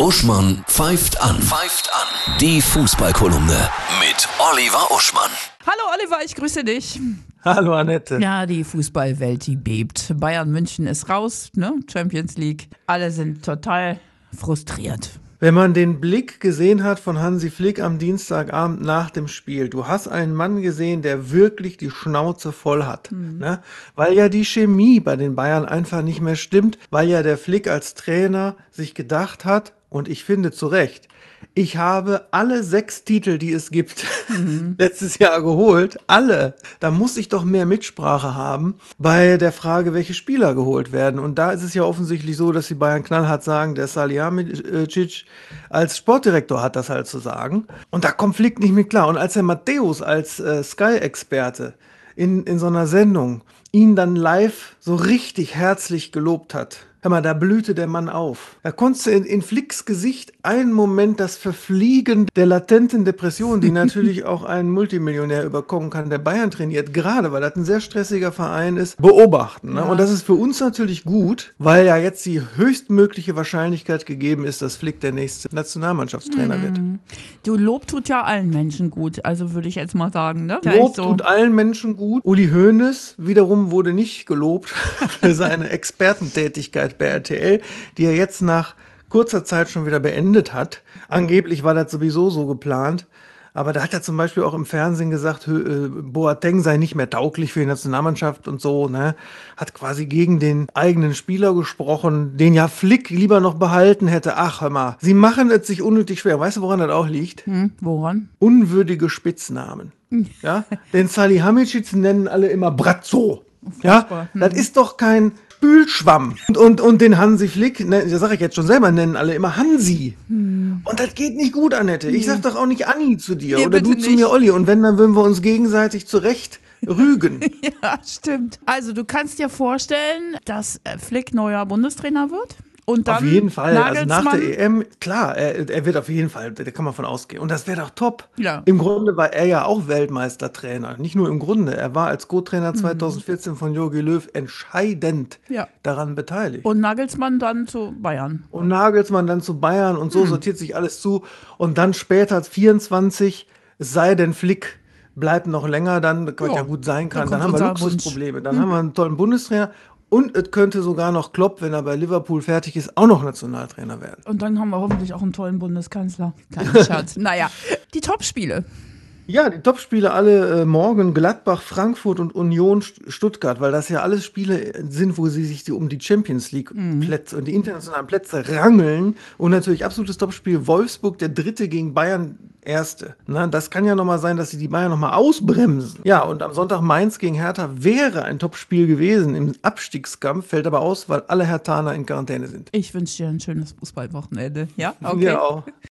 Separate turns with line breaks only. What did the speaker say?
Uschmann pfeift an. Die Fußballkolumne mit Oliver Uschmann.
Hallo Oliver, ich grüße dich.
Hallo Annette.
Ja, die Fußballwelt, die bebt. Bayern München ist raus, ne? Champions League. Alle sind total frustriert.
Wenn man den Blick gesehen hat von Hansi Flick am Dienstagabend nach dem Spiel, du hast einen Mann gesehen, der wirklich die Schnauze voll hat, ne? Weil ja die Chemie bei den Bayern einfach nicht mehr stimmt, weil ja der Flick als Trainer sich gedacht hat, und ich finde zu Recht, ich habe alle 6 Titel, die es gibt, letztes Jahr geholt. Alle. Da muss ich doch mehr Mitsprache haben bei der Frage, welche Spieler geholt werden. Und da ist es ja offensichtlich so, dass die Bayern knallhart sagen, der Salihamidzic als Sportdirektor hat das halt zu sagen. Und da kommt Flick nicht mit klar. Und als der Matthäus als Sky-Experte in so einer Sendung ihn dann live so richtig herzlich gelobt hat, hör mal, da blühte der Mann auf. Da konntest du in Flicks Gesicht einen Moment das Verfliegen der latenten Depression, die natürlich auch einen Multimillionär überkommen kann, der Bayern trainiert, gerade weil das ein sehr stressiger Verein ist, beobachten. Ne?
Ja.
Und das ist für uns natürlich gut, weil ja jetzt die höchstmögliche Wahrscheinlichkeit gegeben ist, dass Flick der nächste Nationalmannschaftstrainer wird.
Du, Lob tut ja allen Menschen gut, also würde ich jetzt mal sagen, ne?
Lob tut allen Menschen gut. Uli Hoeneß wiederum wurde nicht gelobt für seine Expertentätigkeit bei RTL, die er jetzt nach kurzer Zeit schon wieder beendet hat. Angeblich war das sowieso so geplant. Aber da hat er zum Beispiel auch im Fernsehen gesagt, Boateng sei nicht mehr tauglich für die Nationalmannschaft und so, ne? Hat quasi gegen den eigenen Spieler gesprochen, den ja Flick lieber noch behalten hätte. Ach, hör mal, sie machen es sich unnötig schwer. Weißt du, woran das auch liegt?
Woran?
Unwürdige Spitznamen. Ja? Den Salihamidzic nennen alle immer Brazzo. Ja? Das ist doch kein Spülschwamm. Und den Hansi Flick, ne, das sage ich jetzt schon selber, nennen alle immer Hansi. Und das geht nicht gut, Annette. Ich sag doch auch nicht Anni zu dir
Nee,
oder du
bitte
zu
nicht.
mir, Olli. Und wenn, dann würden wir uns gegenseitig zurecht rügen.
Ja, stimmt. Also du kannst dir vorstellen, dass Flick neuer Bundestrainer wird? Und dann
Auf jeden Fall. Also nach
Nagelsmann?
der EM, klar, er wird auf jeden Fall, da kann man von ausgehen. Und das wäre doch top.
Ja.
Im Grunde war er ja auch Weltmeistertrainer. Nicht nur im Grunde. Er war als Co-Trainer 2014 von Jogi Löw entscheidend
Ja.
daran beteiligt.
Und Nagelsmann dann zu Bayern.
Und Nagelsmann dann zu Bayern und so sortiert sich alles zu. Und dann später 24, es sei denn Flick bleibt noch länger, dann, was
Ja,
ja gut sein kann,
dann
dann haben
kommt
wir
unser Wunsch.
Luxusprobleme. Dann haben wir einen tollen Bundestrainer und es könnte sogar noch Klopp, wenn er bei Liverpool fertig ist, auch noch Nationaltrainer werden.
Und dann haben wir hoffentlich auch einen tollen Bundeskanzler. Kein Scherz. Naja, die Topspiele.
Ja, die Topspiele alle morgen, Gladbach, Frankfurt und Union Stuttgart, weil das ja alles Spiele sind, wo sie sich um die Champions League Plätze und die internationalen Plätze rangeln. Und natürlich absolutes Topspiel Wolfsburg, der Dritte gegen Bayern, Erste. Na, das kann ja nochmal sein, dass sie die Bayern nochmal ausbremsen. Ja, und am Sonntag Mainz gegen Hertha wäre ein Topspiel gewesen im Abstiegskampf, fällt aber aus, weil alle Herthaner in Quarantäne sind.
Ich wünsche dir ein schönes Fußballwochenende. Ja, okay.
Wir auch.